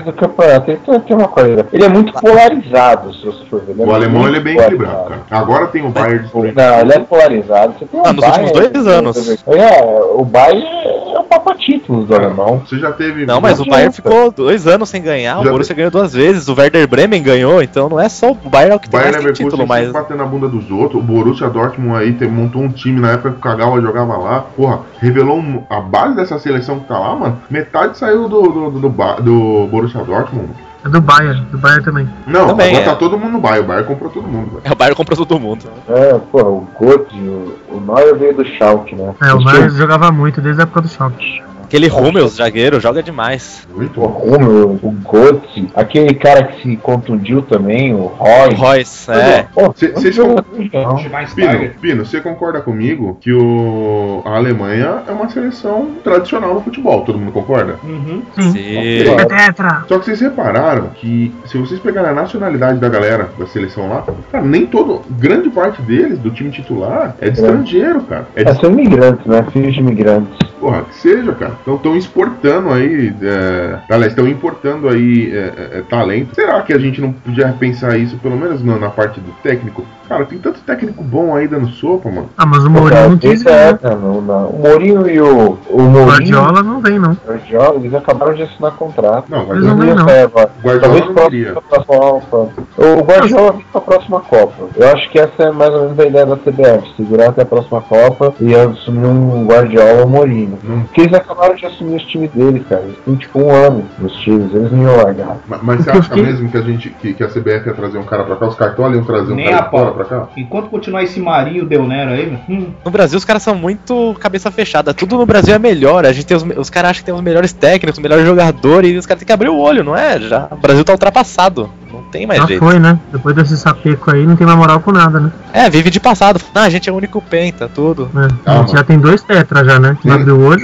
S5: Não, tem, tem uma coisa. Ele é muito polarizado, se você for ver.
S2: O alemão ele é bem equilibrado, cara. Agora tem o Bayern destruindo.
S5: Não, ele é polarizado. Você tem
S6: Ah, nos
S5: Bayern,
S6: últimos dois anos.
S5: É, o Bayern é o papa-títulos do alemão.
S2: Você já teve.
S6: Não, mas o Bayern ficou dois anos sem ganhar, o
S2: Já
S6: Borussia ganhou duas vezes, o Werder Bremen ganhou, então não é só o Bayern que
S2: O
S6: tem
S2: Bayern
S6: mais tem
S2: Leverkusen
S6: título,
S2: sempre
S6: mas...
S2: batendo na bunda dos outros. O Borussia Dortmund aí tem, montou um time na época que o Kagawa jogava lá. Porra, revelou um, a base dessa seleção que tá lá, mano. Metade saiu do, do, do, do, do Borussia Dortmund.
S4: É do Bayern, do Bayern também.
S2: Não,
S6: Também,
S2: agora
S6: é.
S2: tá todo mundo no Bayern. O Bayern comprou todo mundo, velho.
S6: É, o Bayern comprou todo mundo.
S5: É, pô, o Götze, o, o Neuer veio do Schalke, né?
S4: É, o
S5: Os
S4: Bayern
S5: times-
S4: jogava muito desde a época do Schalke.
S6: Aquele Hummels, zagueiro, joga demais.
S2: Muito
S5: O
S2: bom.
S5: Rummel, o Götze, aquele cara que se contundiu também, o
S6: O
S5: Roy.
S6: Royce, é.
S5: Pô,
S2: Cê- cês
S5: não,
S2: con-
S5: não.
S2: Pino, Pino, você concorda comigo que o... a Alemanha é uma seleção tradicional no futebol? Todo mundo concorda?
S3: Uhum.
S4: Sim.
S6: Sim.
S5: Claro.
S4: Tetra!
S2: Só que vocês repararam que se vocês pegarem a nacionalidade da galera da seleção lá, cara, nem todo, grande parte deles, do time titular, é de estrangeiro, cara. É
S5: É,
S2: de,
S5: são imigrantes, né? Filhos de imigrantes.
S2: porra, que seja, cara. Então estão exportando aí, é, aliás, estão importando aí é, é, é, talento. Será que a gente não podia pensar isso, pelo menos na, na parte do técnico? Cara, tem tanto técnico bom aí dando sopa, mano.
S4: Ah, mas o Mourinho não quis
S5: Esse
S4: vir,
S5: é,
S4: né?
S5: não, não. O Mourinho e o, o
S4: O
S5: Mourinho,
S4: Guardiola não vem, não.
S5: o Guardiola, eles acabaram de assinar contrato.
S2: Não,
S4: Eles não
S2: Guardiola,
S4: vêm, não.
S5: É, vai.
S2: Guardiola
S5: Talvez
S2: não
S5: próximo
S2: queria.
S5: da Copa. O Guardiola vem pra próxima Copa. Eu acho que essa é mais ou menos a ideia da C B F. Segurar até a próxima Copa e assumir um Guardiola ou Mourinho.
S2: Hum.
S5: Porque eles acabaram de assumir os times deles, cara. Eles têm tipo um ano nos times. Eles não iam largar.
S2: Ma- Mas você acha mesmo que a gente, que, que a C B F ia trazer um cara pra cá? Os Cartola iam trazer um
S3: Nem
S2: cara
S3: a
S2: de fora
S3: pau.
S2: pra cá?
S3: Enquanto continuar esse Marinho Del Nero aí, hum,
S6: No Brasil os caras são muito cabeça fechada, tudo no Brasil é melhor, a gente tem os, os caras acham que tem os melhores técnicos, os melhores jogadores, e os caras têm que abrir o olho, não é? Já, o Brasil tá ultrapassado, não tem mais
S4: Já
S6: jeito.
S4: foi, né? Depois desse sapeco aí, não tem mais moral com nada, né?
S6: É, vive de passado, ah, a gente é o único penta, tudo.
S4: É. A
S2: Calma.
S4: gente já tem dois tetras já, né? Que
S2: Sim.
S4: abriu o olho.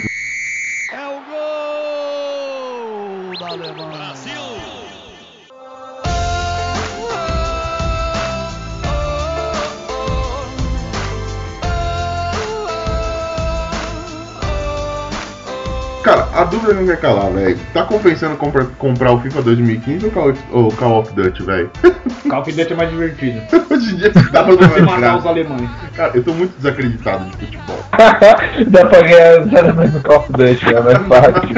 S1: É o gol da Alemanha. Brasil.
S2: Cara, a dúvida não quer calar, velho. Tá compensando compra, comprar o FIFA dois mil e quinze ou Call of, ou Call of Duty, velho?
S3: Call of Duty é mais divertido.
S2: Hoje em dia dá pra
S3: Você matar
S2: jogar.
S3: os alemães.
S2: Cara, eu tô muito desacreditado de futebol.
S5: Dá pra ganhar os elementos no Call of Duty, é mais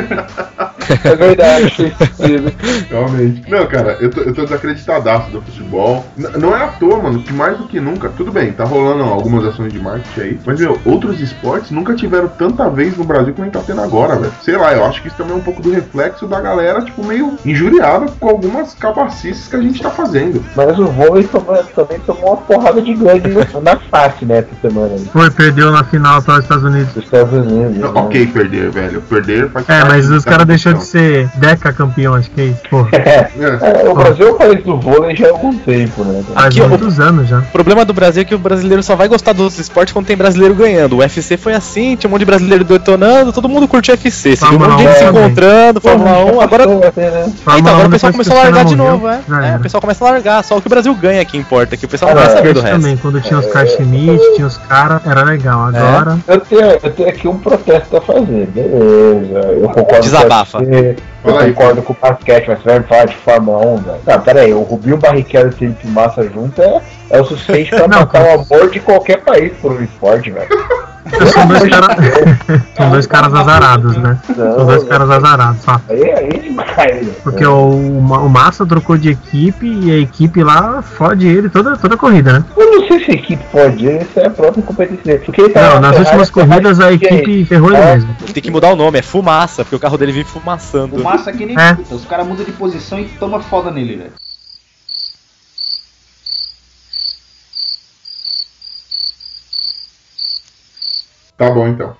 S5: fácil. É verdade, fez sentido.
S2: Realmente. Não, cara, eu tô, eu tô desacreditadaço do futebol. N- não é à toa, mano, que mais do que nunca. Tudo bem, tá rolando algumas ações de marketing aí. Mas, meu, outros esportes nunca tiveram tanta vez no Brasil como a gente tá tendo agora, velho. Sei lá, eu acho que isso também é um pouco do reflexo da galera, tipo, meio injuriada com algumas capacices que a gente tá fazendo.
S5: Mas o vôlei tomou- também tomou uma porrada de grande na face, né, essa semana aí.
S4: Foi, perdeu na final para os Estados Unidos.
S5: Dos Estados Unidos.
S2: Não,
S5: né?
S2: ok, perder, velho. Perder faz
S4: É,
S2: parte
S4: mas
S2: da
S4: os caras deixou de
S2: competição.
S4: ser deca campeão, acho que é isso. Porra,
S2: É.
S5: É, o Brasil é o país do vôlei já há algum tempo, né? cara?
S4: faz
S6: Aqui, ó,
S4: muitos anos já.
S6: O problema do Brasil é que o brasileiro só vai gostar dos outros esportes quando tem brasileiro ganhando. O U F C foi assim, tinha um monte de brasileiro detonando, todo mundo curte o U F C. Você viu um monte de gente se
S4: Fórmula um
S6: encontrando, Fórmula um, agora...
S5: Até, né?
S6: Ah, então, agora o pessoal
S4: Depois que
S6: começou a largar de
S4: Cristiano
S6: novo, é.
S4: morreu, já
S6: É,
S4: era.
S6: o pessoal começa a largar, só o que o Brasil ganha que importa, que o pessoal não
S5: Ah,
S6: quer saber do
S4: Esse
S6: resto.
S4: também, quando tinha os caras Schmidt, tinha os caras, era legal. Agora,
S5: Eu tenho, eu tenho aqui um protesto a fazer, beleza. Eu concordo
S6: Desabafa.
S5: com você, eu
S2: Fala aí,
S5: concordo com o basquete, mas você vai falar de Fórmula um, velho. Não, pera aí, o Rubinho Barrichello e o Felipe Massa junto é, é o suficiente pra
S4: Não,
S5: matar o amor de qualquer país por um esporte, velho.
S4: são dois caras. São dois caras azarados, né? São dois caras azarados, só.
S5: Aí, aí é demais, velho.
S4: Porque o, o Massa trocou de equipe e a equipe lá fode ele toda, toda a corrida, né?
S5: Eu não sei se a equipe pode, isso é a própria competência dele. Porque ele tá
S4: Não,
S5: na
S4: nas
S5: Ferrari,
S4: últimas corridas a equipe ferrou ele
S5: É.
S4: mesmo.
S6: Tem que mudar o nome, é fumaça, porque o carro dele vive fumaçando.
S3: O massa é que nem
S4: É.
S3: puta, os caras mudam de posição e toma foda nele, velho.
S2: Tá bom, então.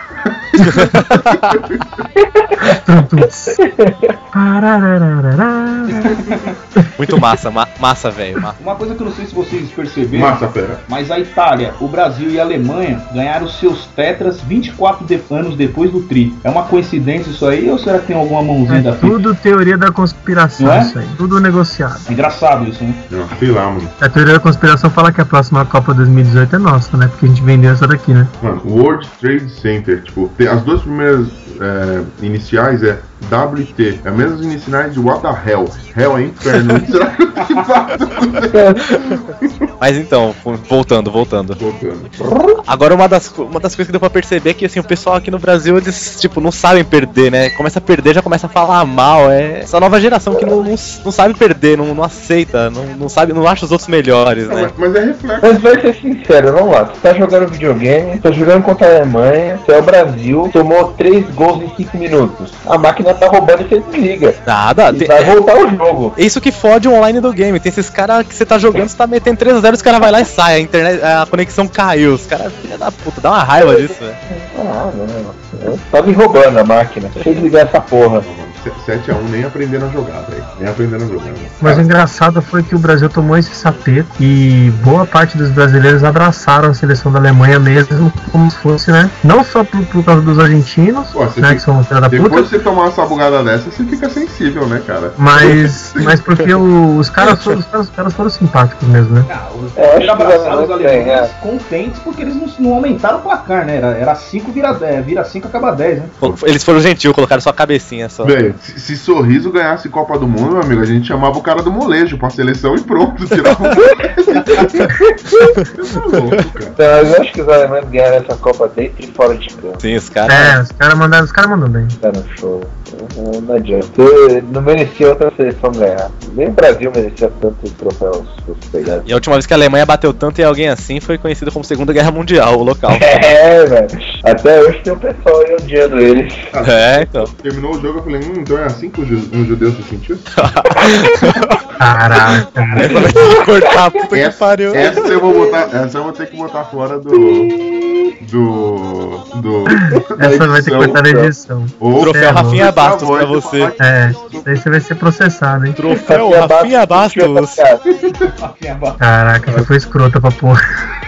S4: Pararararará.
S6: Muito massa, ma- massa, velho. ma-
S3: Uma coisa que eu não sei se vocês perceberam,
S2: Massa, fera.
S3: mas a Itália, o Brasil e a Alemanha ganharam seus tetras vinte e quatro de- anos depois do tri. É uma coincidência isso aí ou será que tem alguma mãozinha da
S4: É
S3: FIFA?
S4: tudo teoria da conspiração,
S3: Não é?
S4: isso aí. Tudo negociado.
S3: Engraçado isso, né?
S2: Não, sei lá, mano.
S4: A teoria da conspiração fala que a próxima Copa dois mil e dezoito é nossa, né? Porque a gente vendeu essa daqui, né?
S2: Mano, o World Trade Center, tipo, te- que as duas primeiras é, iniciais é W T, é as mesmas iniciais de What the Hell. Hell é inferno. Será que eu tenho fato?
S6: Mas então, voltando, voltando.
S2: Voltando.
S6: Agora uma das, uma das coisas que deu pra perceber é que assim, o pessoal aqui no Brasil, eles tipo, não sabem perder, né? Começa a perder, já começa a falar mal. É essa nova geração que não, não, não sabe perder, não, não aceita, não, não sabe, não acha os outros melhores, né?
S2: Mas, mas é reflexo.
S5: Mas vai ser sincero, vamos lá, você tá jogando videogame, tá jogando contra a Alemanha, você é o Brasil, tomou três gols em cinco minutos. A máquina tá roubando e você desliga.
S6: Nada,
S5: E
S6: tem,
S5: vai voltar o jogo.
S6: é isso que fode o online do game. Tem esses caras que você tá jogando, você tá metendo três a zero, os caras vai lá e sai, a internet, a conexão caiu. Os caras, filha da puta, dá uma raiva disso, velho.
S5: Ah, não. Tá me roubando a máquina. Deixa eu desligar essa porra.
S2: sete a um nem aprendendo a jogar, velho. Nem aprendendo a jogar.
S4: Mas o engraçado foi que o Brasil tomou esse sapeco e boa parte dos brasileiros abraçaram a seleção da Alemanha mesmo, como se fosse, né? Não só por, por causa dos argentinos,
S2: Pô, você
S4: né,
S2: fica-
S4: que são filha da
S2: Depois
S4: puta,
S2: de você tomar uma sabugada dessa, você fica sensível, né, cara?
S4: mas, mas porque o- os, caras foram, os, caras, os caras foram simpáticos mesmo, né?
S3: Ah, os
S5: É, acho
S3: eles
S5: que
S3: abraçaram os
S5: vai-
S3: alemães
S5: vai, é.
S3: contentes porque eles não, não aumentaram o placar, né? Era, era cinco vira dez, vira cinco acaba dez, né?
S6: Eles foram gentil, colocaram só a cabecinha só.
S2: Velho, se, se Sorriso ganhasse Copa do Mundo, meu amigo, a gente chamava o cara do molejo pra seleção e pronto, tirava o molejo. Tá louco, cara.
S5: Então, eu acho que os alemães ganharam essa Copa dentro e fora de campo.
S6: Sim, os caras.
S4: É, os caras mandaram, os caras mandam bem.
S5: Tá no show. Não, não adianta. Não merecia outra seleção ganhar. Nem o Brasil merecia tantos troféus pegados.
S6: E a última vez que a Alemanha bateu tanto em alguém assim foi conhecido como Segunda Guerra Mundial, o local.
S5: É, velho. Até hoje tem o pessoal aí odiando eles.
S6: É, então.
S2: Terminou o jogo, eu falei, hum, então é assim que o ju- um judeu se sentiu?
S4: Caraca,
S6: Cortar a puta que
S2: Essa,
S6: pariu.
S2: essa eu vou botar, essa eu vou ter que botar fora do. Do. Do. da
S4: essa vai ter que
S2: edição.
S4: cortar na edição.
S2: Ou-
S6: Troféu
S4: É,
S6: Rafinha
S2: por
S6: Bastos
S2: favor,
S6: pra
S2: eu vou
S6: você.
S2: falar que-
S4: É, isso aí você vai ser processado, hein?
S6: Troféu Rafinha Bastos.
S4: Caraca, você foi escrota pra porra.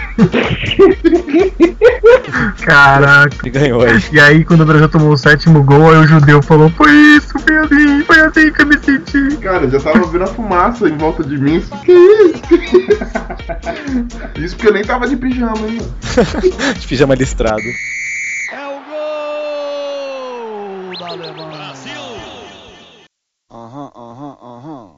S4: Caraca.
S6: Ele ganhou aí.
S4: E aí, quando o Brasil tomou o sétimo gol, aí o judeu falou: Foi isso, foi assim, foi assim que eu me senti.
S2: Cara, já tava vendo a fumaça em volta de mim. Isso, que isso? Isso porque eu nem tava de pijama, hein, mano.
S6: De pijama listrado.
S1: É o gol da Alemanha. Brasil. Aham, aham, aham.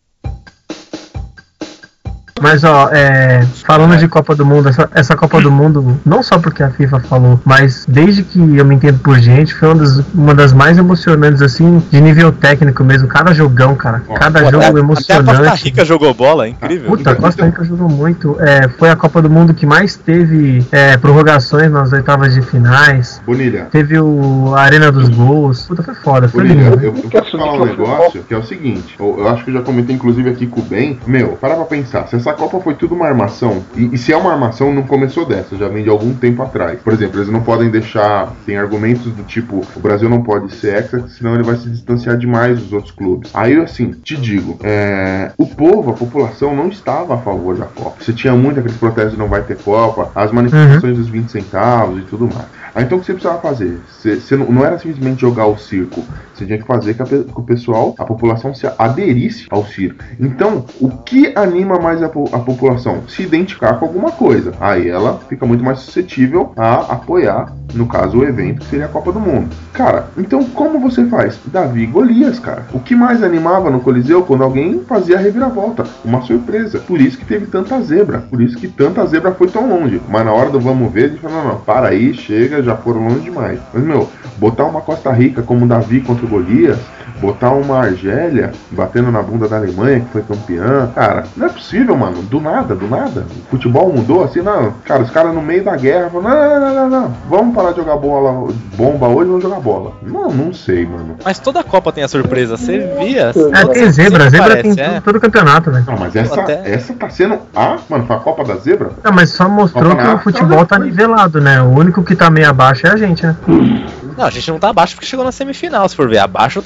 S4: Mas ó, é, falando de Copa do Mundo, essa, essa Copa do Mundo, não só porque a FIFA falou, mas desde que eu me entendo por gente, foi uma das, uma das mais emocionantes, assim, de nível técnico mesmo. Cada jogão, cara, cada
S6: Pô,
S4: jogo
S6: até,
S4: emocionante.
S6: até a Costa Rica jogou bola, é incrível.
S4: Puta, a Costa Rica jogou muito. É, foi a Copa do Mundo que mais teve é, prorrogações nas oitavas de finais.
S2: Bonilha.
S4: Teve o a Arena dos Gols. Puta, foi foda, foi
S2: Bonilha,
S4: lindo.
S2: eu, eu posso falar um negócio que é o seguinte, eu, eu acho que eu já comentei inclusive aqui com o Ben. Meu, para pra pensar, se essa Copa foi tudo uma armação, e, e se é uma armação, não começou dessa, já vem de algum tempo atrás. Por exemplo, eles não podem deixar, tem argumentos do tipo, o Brasil não pode ser hexa, senão ele vai se distanciar demais dos outros clubes. Aí, assim, te digo, é, o povo, a população não estava a favor da Copa. Você tinha muito aqueles protestos de não vai ter Copa, as manifestações dos vinte centavos e tudo mais. Aí então o que você precisava fazer? Você, você não, não era simplesmente jogar o circo. Você tinha que fazer que, a, que o pessoal, a população se aderisse ao circo. Então, o que anima mais a, a população? Se identificar com alguma coisa. Aí ela fica muito mais suscetível a apoiar, no caso, o evento que seria a Copa do Mundo. Cara, então como você faz? Davi e Golias, cara. O que mais animava no Coliseu quando alguém fazia a reviravolta? Uma surpresa. Por isso que teve tanta zebra. Por isso que tanta zebra foi tão longe. Mas na hora do vamos ver, a gente falou, não, não, para aí, chega, já foram longe demais. Mas, meu, botar uma Costa Rica como Davi contra o Golias, botar uma Argélia batendo na bunda da Alemanha, que foi campeã, cara, não é possível, mano. Do nada, do nada. O futebol mudou assim, não. Cara, os caras no meio da guerra falam, não, não, não, não, não. Vamos parar de jogar bola, bomba hoje, vamos jogar bola. Não, não sei, mano.
S6: Mas toda Copa tem a surpresa, você via.
S4: É, tem zebra,
S6: Sempre
S4: zebra
S6: parece,
S4: tem
S6: é.
S4: todo, todo campeonato, velho.
S2: Não, mas essa,
S6: Até-
S2: essa tá sendo a, mano, foi a Copa da Zebra?
S4: Não, mas só mostrou
S2: Copa
S4: que
S2: na
S4: o futebol tá nivelado, né? O único que tá meio abaixo é a gente, né?
S6: Não, a gente não tá abaixo porque chegou na semifinal, se for ver. Abaixo tá a Itália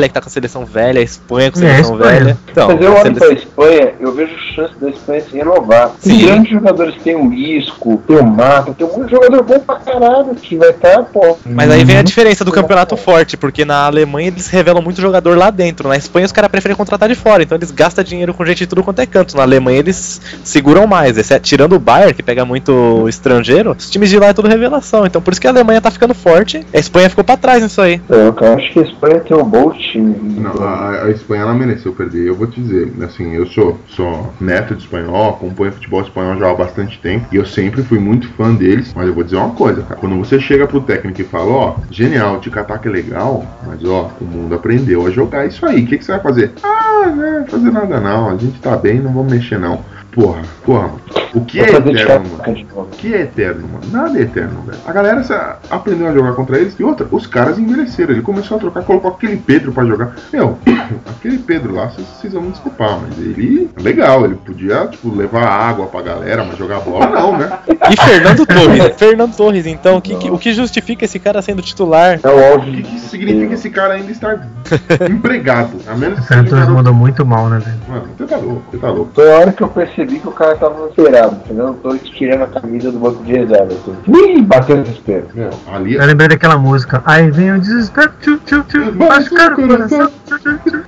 S6: Itália que tá com a seleção velha, a Espanha com a
S4: É, a
S6: seleção
S4: Espanha.
S6: velha. Então,
S5: Mas eu
S6: a
S5: olho
S6: seleção-
S5: pra Espanha, eu vejo chance da Espanha se renovar.
S6: Sim.
S5: Os grandes jogadores tem o Isco, tem o Mata, tem um monte de jogador bom pra caralho que vai estar, pô.
S6: Mas aí vem a diferença do campeonato forte, porque na Alemanha eles revelam muito jogador lá dentro. Na Espanha os caras preferem contratar de fora, então eles gastam dinheiro com gente de tudo quanto é canto. Na Alemanha eles seguram mais, esse é- tirando o Bayern, que pega muito estrangeiro, os times de lá é tudo revelação. Então por isso que a Alemanha tá ficando forte, a Espanha ficou pra trás nisso aí.
S5: Eu acho que a Espanha tem um bom time.
S2: Não, a, a Espanha ela mereceu perder. Eu vou te dizer, assim, eu sou, sou neto de espanhol, acompanho futebol espanhol já há bastante tempo e eu sempre fui muito fã deles. Mas eu vou dizer uma coisa, cara. Quando você chega pro técnico e fala, ó, genial, o tic-tac é legal, mas ó, o mundo aprendeu a jogar isso aí. O que, que você vai fazer? Ah, não vai fazer nada não. A gente tá bem, não vamos mexer não. Porra, porra, mano. O que é eterno, mano? O que é eterno, mano? Nada é eterno, velho. A galera se aprendeu a jogar contra eles e outra, os caras envelheceram. Ele começou a trocar, colocou aquele Pedro pra jogar. Meu, aquele Pedro lá, vocês, vocês vão me desculpar, mas ele, legal, ele podia, tipo, levar água pra galera, mas jogar bola não, né?
S6: E Fernando Torres, Fernando Torres, então, que, que- o que justifica esse cara sendo titular?
S5: É o
S2: O
S5: auge.
S2: que, que isso significa esse cara ainda estar empregado? A menos
S4: O
S2: que
S4: Fernando Torres
S2: seja-
S4: mandou muito mal, né, velho?
S2: Mano, você tá louco, você tá louco.
S5: Foi a hora que eu percebi que o cara tava esperado, entendeu? Tô tirando a camisa do banco de reserva. Assim. Ih, bateu no desespero.
S2: Meu, ali
S4: Eu lembrei daquela música. Aí vem o desespero, tchu, tchu, tchu, machucar o coração, tchu, tchu, tchu.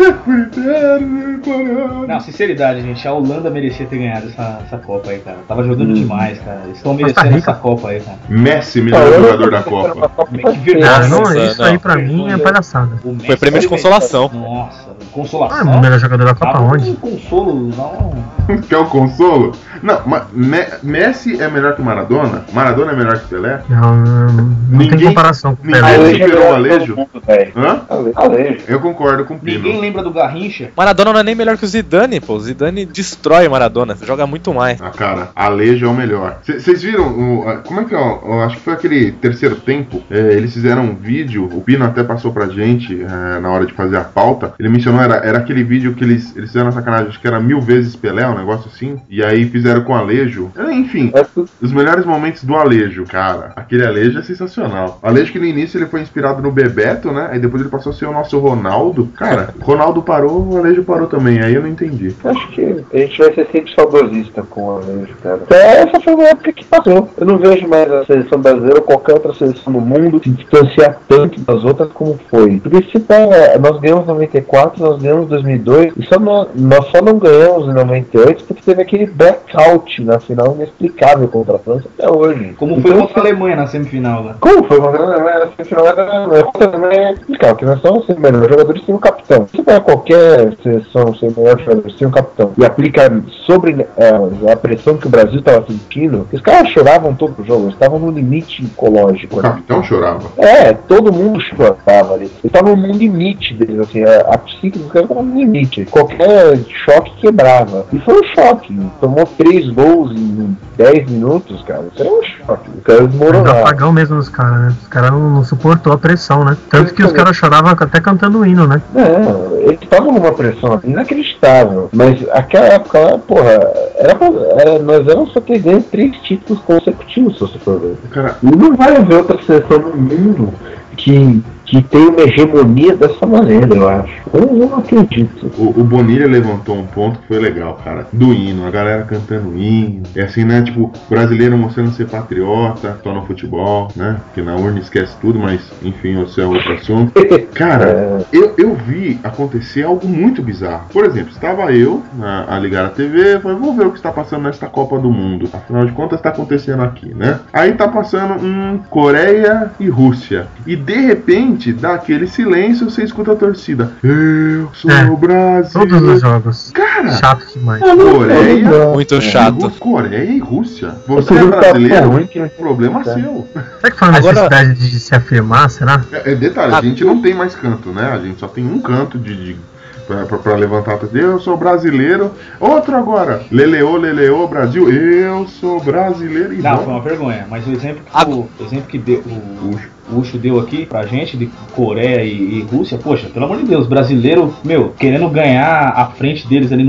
S3: Não, sinceridade, gente, a Holanda merecia ter ganhado essa, essa Copa aí, cara. Tava jogando
S5: Hum.
S3: demais, cara. Eles estão
S4: Costa
S3: merecendo
S4: Rica.
S3: essa Copa aí, cara.
S2: Messi, melhor jogador da Copa.
S3: Que
S4: Cara,
S3: vergonha.
S4: não,
S6: Nossa,
S4: isso
S6: não.
S4: aí pra mim é palhaçada.
S3: O Messi
S6: Foi prêmio de
S3: foi-
S6: consolação.
S3: Nossa,
S4: Ah,
S3: consolação.
S4: o melhor jogador da Copa
S3: Ah,
S4: onde?
S3: um consolo, não.
S2: Quer o consolo? Não, mas Me- Messi é melhor que Maradona? Maradona é melhor que Pelé?
S4: Não, não, não
S2: Ninguém-
S4: tem comparação com o
S2: ninguém-
S4: Pelé.
S2: Alejo
S5: Alejo
S2: superou o
S5: é
S2: Alejo?
S5: todo mundo, velho.
S2: Hã?
S5: Ale- Alejo.
S2: Eu concordo com o
S3: Ninguém
S2: Pino.
S3: lembra do Garrincha?
S6: Maradona não é nem melhor que o Zidane, pô. O Zidane destrói o Maradona, joga muito mais.
S2: Ah, cara, Alejo é o melhor. Vocês viram? O, a- como é que é? Eu acho que foi aquele terceiro tempo. É, eles fizeram um vídeo. O Pino até passou pra gente é, na hora de fazer a pauta. Ele mencionou, era, era aquele vídeo que eles, eles fizeram a sacanagem. Acho que era mil vezes Pelé, um negócio assim. E aí fizeram com Alejo. É, enfim,
S5: É tudo.
S2: os melhores momentos do Alejo, cara. Aquele Alejo é sensacional. Alejo que no início ele foi inspirado no Bebeto, né? Aí depois ele passou a ser o nosso Ronaldo. Cara, Ronaldo parou, o Alejo parou também. Aí eu não entendi.
S5: Acho que a gente vai ser sempre saudosista com o Alejo, cara. Então, essa foi uma época que passou. Eu não vejo mais a seleção brasileira ou qualquer outra seleção no mundo se distanciar tanto das outras como foi. Porque se pega, nós ganhamos em noventa e quatro, nós ganhamos em dois mil e dois, e só nós, nós só não ganhamos em noventa e oito porque teve aquele blackout na final inexplicável contra a França até hoje.
S3: Como foi
S5: Então,
S3: contra a Alemanha na semifinal, né?
S5: Como foi contra a Alemanha? A semifinal era contra a Alemanha é explicar, porque nós somos os melhores jogadores sem um capitão. Se pega qualquer seleção sem o melhor jogador sem um capitão e aplica sobre é, a pressão que o Brasil estava sentindo, os caras choravam todo o jogo, eles estavam no limite ecológico.
S2: O
S5: né?
S2: capitão chorava.
S5: É, todo mundo chorava ali. Eles estavam no limite deles, assim, a, a psique dos caras estava no limite. Qualquer choque quebrava. E foi um choque. Tomou três gols em dez minutos, cara. Isso era um choque. Os caras
S4: Deu
S5: desmoronaram.
S4: apagão mesmo nos caras, né? Os caras não, não suportou a pressão, né? Tanto que os caras choravam até cantando o hino, né?
S5: Não, eles estavam numa pressão inacreditável. Mas aquela época lá, porra, era pra, era, nós éramos só ter ganho três títulos consecutivos, se você for ver.
S2: Cara,
S5: E não vai haver outra seleção no mundo que, que tenha uma hegemonia dessa maneira, eu acho. Eu não acredito.
S2: O, o Bonilha levantou um ponto que foi legal, cara. Do hino, a galera cantando hino. É assim, né? Tipo, brasileiro mostrando ser patriota, só no futebol, né? Porque na urna esquece tudo, mas enfim, esse é outro assunto. Cara,
S5: É,
S2: eu, eu vi acontecer algo muito bizarro. Por exemplo, estava eu na, a ligar a T V, falei, vamos ver o que está passando nesta Copa do Mundo. Afinal de contas, está acontecendo aqui, né? Aí tá passando um Coreia e Rússia. E de repente, dá aquele silêncio, você escuta a torcida. Eu sou
S4: É,
S2: o Brasil.
S4: Todos os jogos.
S2: Cara,
S4: Chato demais.
S2: Coreia,
S5: não.
S6: Muito
S2: e
S6: chato.
S2: Ru- Coreia e Rússia.
S5: Esse
S2: Você é
S5: jogo tá
S2: brasileiro,
S5: ruim que-
S2: problema
S5: Tá.
S2: seu.
S4: Será que foi uma
S6: Agora-
S4: necessidade de se afirmar, será?
S2: É, é detalhe, a
S6: Ah,
S2: gente não tem mais canto, né? A gente só tem um canto de, de pra, pra, pra levantar a taça. Eu sou brasileiro. Outro agora. Leleô, Leleô, Brasil. Eu sou brasileiro e
S3: Não,
S2: vamos.
S3: foi uma vergonha. Mas o exemplo que,
S6: Ah,
S3: o, o exemplo que deu, o, o Ucho deu aqui pra gente, de Coreia e, e Rússia, poxa, pelo amor de Deus, brasileiro, meu, querendo ganhar à frente deles ali no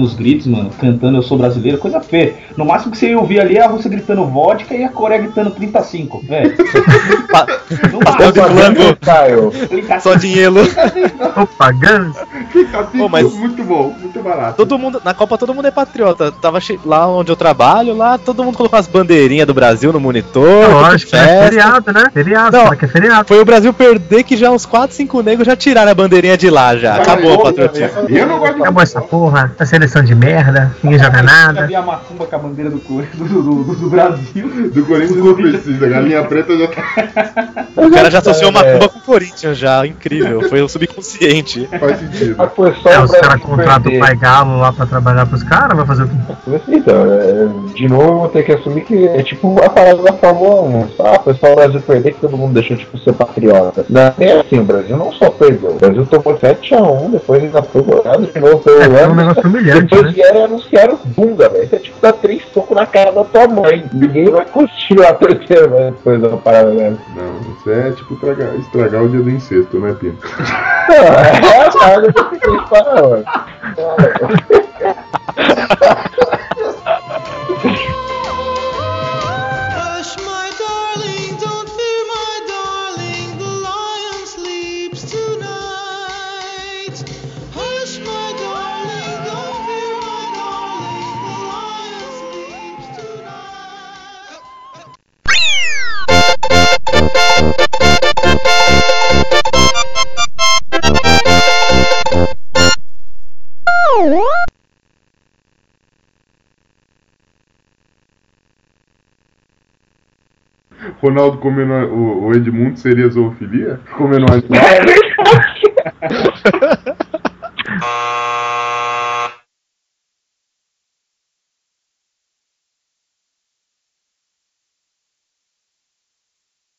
S3: nos gritos, mano, cantando Eu Sou Brasileiro, coisa feia. No máximo que você ia ouvir ali é a Rússia gritando vodka e a Coreia gritando trinta e cinco, velho. No máximo.
S5: Caio.
S6: Só dinheiro.
S4: Opa, Gans.
S6: Pô, mas-
S2: Muito bom, muito barato.
S6: Todo mundo, na Copa todo mundo é patriota. Tava che- lá onde eu trabalho, lá todo mundo colocou as bandeirinhas do Brasil no monitor.
S4: Lógico,
S6: tudo
S4: é
S6: festa.
S4: feriado, né? Feriado,
S6: Não.
S4: fala que é feriado.
S6: Foi o Brasil perder que já uns quatro, cinco negros já tiraram a bandeirinha de lá já. Acabou o patriotismo.
S2: E eu não gosto de
S4: Acabou essa porra, a seleção de merda, ninguém joga nada.
S3: Havia a macumba com a bandeira do, Cor- do, do, do, do Brasil.
S2: do Corinthians, não precisa. A galinha preta já tá.
S6: O cara já associou uma
S5: É.
S6: Cuba com o Corinthians já, incrível. Foi o subconsciente.
S2: Faz sentido.
S5: Mas foi só
S4: É,
S5: o
S4: os caras
S5: Brasil
S4: contratam o
S5: perder.
S4: Pai Galo lá pra trabalhar pros caras, vai fazer o quê?
S5: Então, é, de novo, eu vou ter que assumir que é tipo a parada da Fórmula um. Ah, foi só o Brasil perder que todo mundo deixou tipo ser patriota. Não, é assim, o Brasil não só perdeu. O Brasil tomou sete a um, depois ainda foi goleado de novo pelo
S4: É, foi um
S5: Holanda.
S4: negócio humilhante,
S5: Depois
S4: né?
S5: vieram anunciaram bunda, velho. Você tipo dá três socos na cara da tua mãe. Ninguém vai continuar torcendo, né? Depois da parada dessa.
S2: Não, isso é tipo estragar, estragar o dia do incesto, né, Pino?
S5: Não, é a parada que eu fiquei falando.
S8: Hush, my darling, don't fear, my darling, the lion sleeps tonight. Hush, my darling, don't fear, my darling, the lion sleeps tonight.
S2: Ronaldo comendo a- o, o Edmundo seria zoofilia? Comendo um animal?
S5: É